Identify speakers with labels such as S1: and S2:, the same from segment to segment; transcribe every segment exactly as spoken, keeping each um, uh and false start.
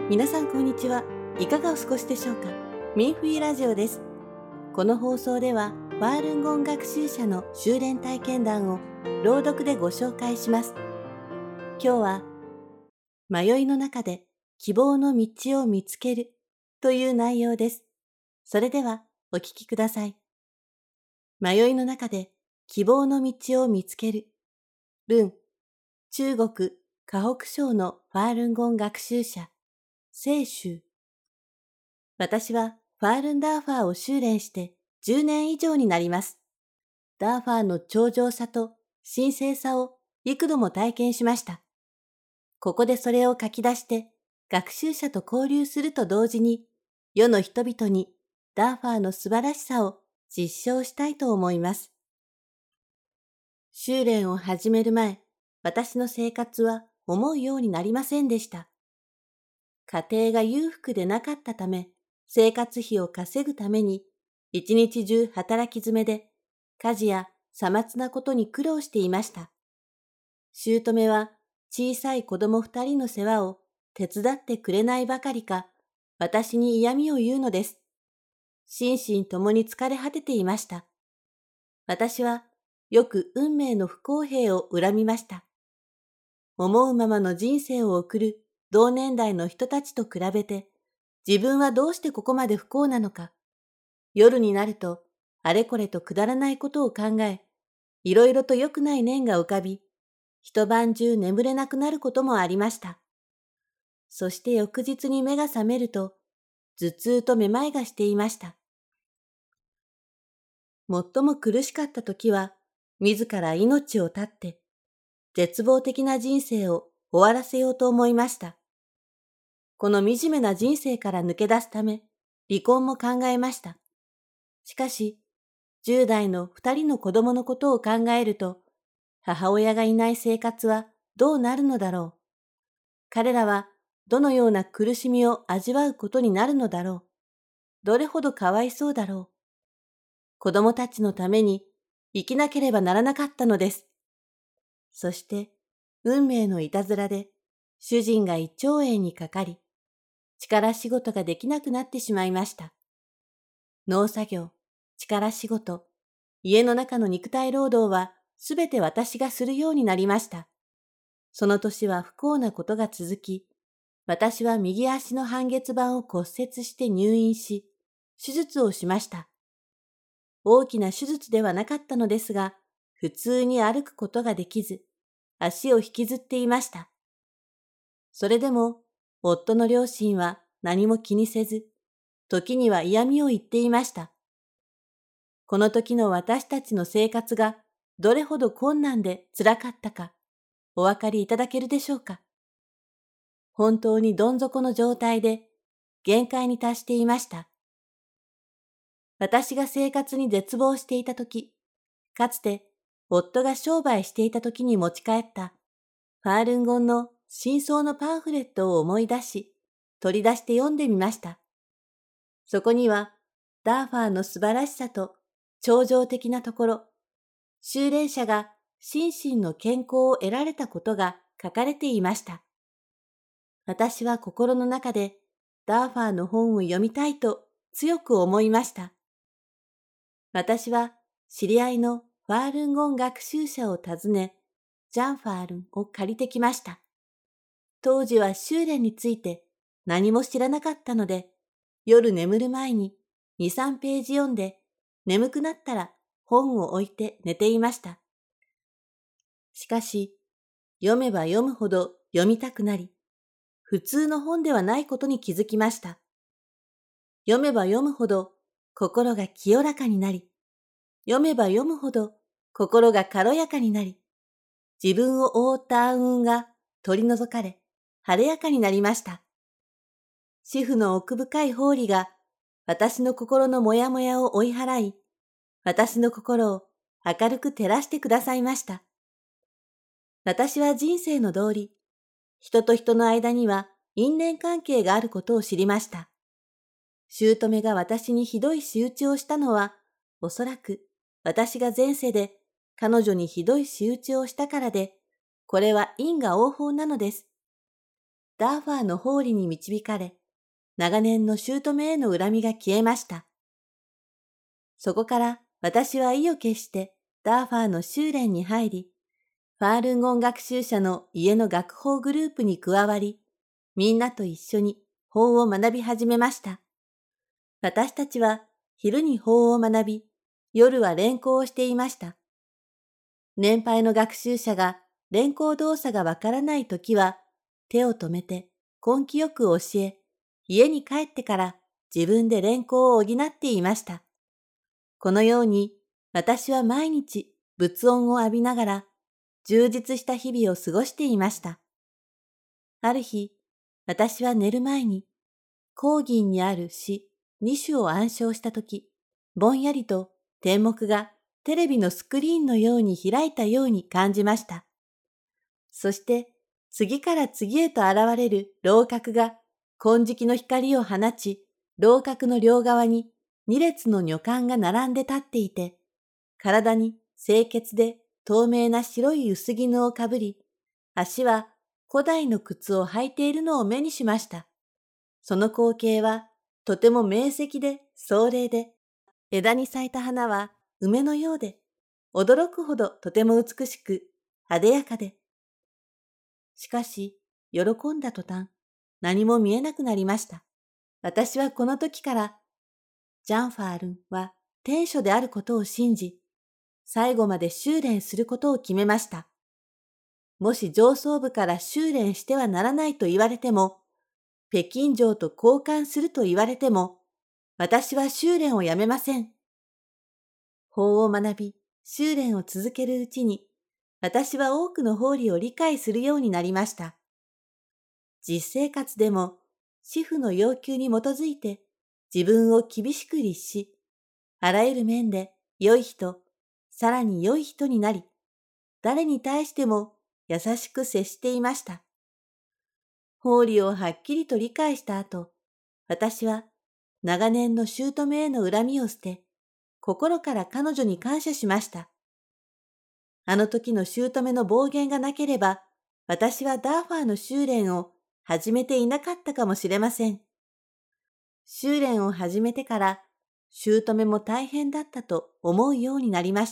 S1: 皆さんこんにちは。いかがお過ごしでしょうか。ミンフィーラジオです。この放送では、ファールンゴン学習者の修練体験談を朗読でご紹介します。今日は、迷いの中で希望の道を見つけるという内容です。それではお聞きください。迷いの中で希望の道を見つける。文、中国、河北省のファールンゴン学習者、清舟。私はファールンダーファーを修練してじゅうねん以上になります。ダーファーの頂上さと神聖さを幾度も体験しました。ここでそれを書き出して学習者と交流すると同時に世の人々にダーファーの素晴らしさを実証したいと思います。修練を始める前、私の生活は思うようになりませんでした。家庭が裕福でなかったため、生活費を稼ぐために、一日中働き詰めで、家事やさまつなことに苦労していました。姑は小さい子供二人の世話を手伝ってくれないばかりか、私に嫌味を言うのです。心身ともに疲れ果てていました。私はよく運命の不公平を恨みました。思うままの人生を送る同年代の人たちと比べて、自分はどうしてここまで不幸なのか。夜になると、あれこれとくだらないことを考え、いろいろと良くない念が浮かび、一晩中眠れなくなることもありました。そして翌日に目が覚めると、頭痛とめまいがしていました。最も苦しかった時は、自ら命を絶って、絶望的な人生を終わらせようと思いました。この惨めな人生から抜け出すため、離婚も考えました。しかし、じゅう代の二人の子供のことを考えると、母親がいない生活はどうなるのだろう。彼らはどのような苦しみを味わうことになるのだろう。どれほどかわいそうだろう。子供たちのために生きなければならなかったのです。そして、運命のいたずらで、主人が胃腸炎にかかり、力仕事ができなくなってしまいました。農作業、力仕事、家の中の肉体労働はすべて私がするようになりました。その年は不幸なことが続き、私は右足の半月板を骨折して入院し、手術をしました。大きな手術ではなかったのですが、普通に歩くことができず、足を引きずっていました。それでも、夫の両親は何も気にせず、時には嫌味を言っていました。この時の私たちの生活がどれほど困難で辛かったか、お分かりいただけるでしょうか。本当にどん底の状態で限界に達していました。私が生活に絶望していた時、かつて夫が商売していた時に持ち帰ったファールンゴンの真相のパンフレットを思い出し、取り出して読んでみました。そこには、ダーファーの素晴らしさと超常的なところ、修練者が心身の健康を得られたことが書かれていました。私は心の中でダーファーの本を読みたいと強く思いました。私は知り合いのファールンゴン学習者を訪ね、ジャンファールンを借りてきました。当時は修練について何も知らなかったので、夜眠る前にに、さんページ読んで、眠くなったら本を置いて寝ていました。しかし、読めば読むほど読みたくなり、普通の本ではないことに気づきました。読めば読むほど心が清らかになり、読めば読むほど心が軽やかになり、自分を覆った暗雲が取り除かれ、晴れやかになりました。主婦の奥深い法理が私の心のもやもやを追い払い、私の心を明るく照らしてくださいました。私は人生の道理、人と人の間には因縁関係があることを知りました。姑が私にひどい仕打ちをしたのは、おそらく私が前世で彼女にひどい仕打ちをしたからで、これは因果応報なのです。 ダーファーの法理に導かれ、長年の姑への恨みが消えました。そこから私は意を決してダーファーの修練に入り、ファールンゴン学習者の家の学法グループに加わり、みんなと一緒に法を学び始めました。私たちは昼に法を学び、夜は連行をしていました。年配の学習者が連行動作がわからないときは、手を止めて根気よく教え、家に帰ってから自分で連行を補っていました。このように私は毎日仏音を浴びながら充実した日々を過ごしていました。ある日、私は寝る前に黄銀にある詩二種を暗唱したとき、ぼんやりと天目がテレビのスクリーンのように開いたように感じました。そして次から次へと現れる楼閣が金色の光を放ち、楼閣の両側に二列の女官が並んで立っていて、体に清潔で透明な白い薄絹をかぶり、足は古代の靴を履いているのを目にしました。その光景はとても明晰で壮麗で、枝に咲いた花は梅のようで、驚くほどとても美しく派手やかで。しかし、喜んだ途端、何も見えなくなりました。私はこの時から、ジャンファールンは天書であることを信じ、最後まで修練することを決めました。もし上層部から修練してはならないと言われても、北京城と交換すると言われても、私は修練をやめません。法を学び、修練を続けるうちに、私は多くの法理を理解するようになりました。実生活でも、師父の要求に基づいて、自分を厳しく律し、あらゆる面で良い人、さらに良い人になり、誰に対しても優しく接していました。法理をはっきりと理解した後、私は長年の姑への恨みを捨て、心から彼女に感謝しました。あの時の姑の暴言がなければ、私はダーファーの修練を始めていなかったかもしれません。修練を始めてから、姑も大変だったと思うようになりました。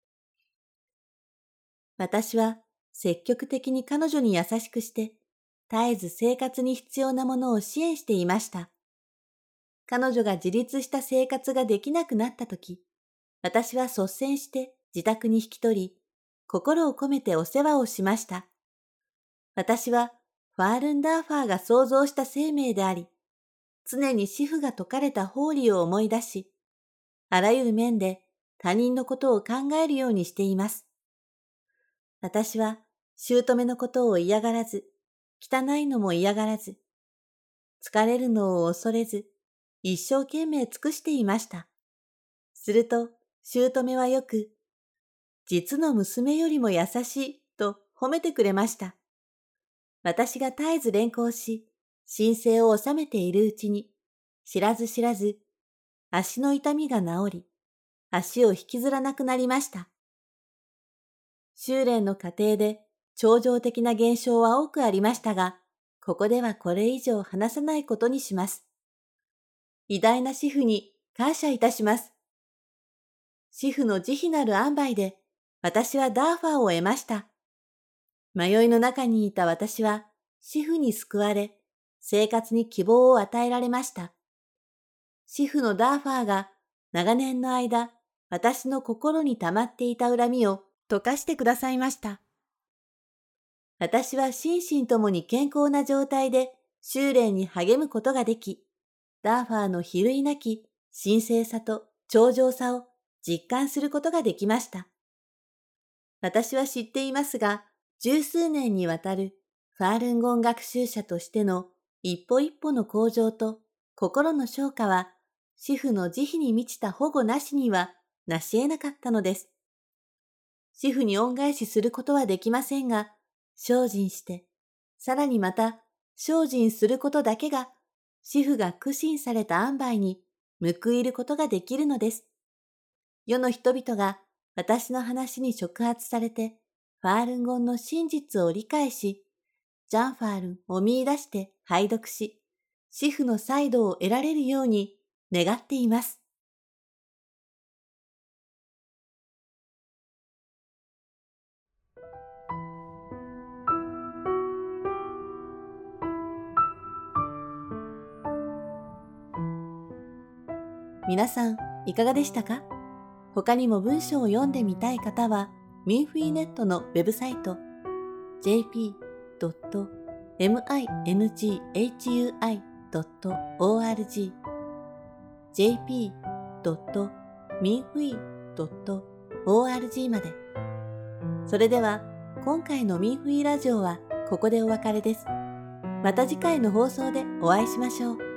S1: 私は積極的に彼女に優しくして、絶えず生活に必要なものを支援していました。彼女が自立した生活ができなくなったとき、私は率先して自宅に引き取り、心を込めてお世話をしました。私はファールンダーファーが創造した生命であり、常に師父が説かれた法理を思い出し、あらゆる面で他人のことを考えるようにしています。私は姑のことを嫌がらず、汚いのも嫌がらず、疲れるのを恐れず、一生懸命尽くしていました。すると、姑はよく、実の娘よりも優しいと褒めてくれました。私が絶えず連行し、神聖を収めているうちに、知らず知らず、足の痛みが治り、足を引きずらなくなりました。修練の過程で超常的な現象は多くありましたが、ここではこれ以上話さないことにします。偉大な師父に感謝いたします。師父の慈悲なる塩梅で、私はダーファーを得ました。迷いの中にいた私は、師父に救われ、生活に希望を与えられました。師父のダーファーが、長年の間、私の心に溜まっていた恨みを溶かしてくださいました。私は心身ともに健康な状態で修練に励むことができ、ダーファーの比類なき神聖さと長情さを実感することができました。私は知っていますが、十数年にわたるファールンゴン学習者としての一歩一歩の向上と心の昇華は、師父の慈悲に満ちた保護なしには成し得なかったのです。師父に恩返しすることはできませんが、精進して、さらにまた精進することだけが、師父が苦心された塩梅に報いることができるのです。世の人々が私の話に触発されて、ファールンゴンの真実を理解し、 ジャンファールを見出して拝読し、至福のサイドを得られるように願っています。皆さん、いかがでしたか？他にも文章を読んでみたい方は、ミンフィーネットのウェブサイト ジェイピードットミングフイドットオーアールジー ジェイピードットミンフイドットオーアールジー まで。それでは、今回のミンフィーラジオはここでお別れです。また次回の放送でお会いしましょう。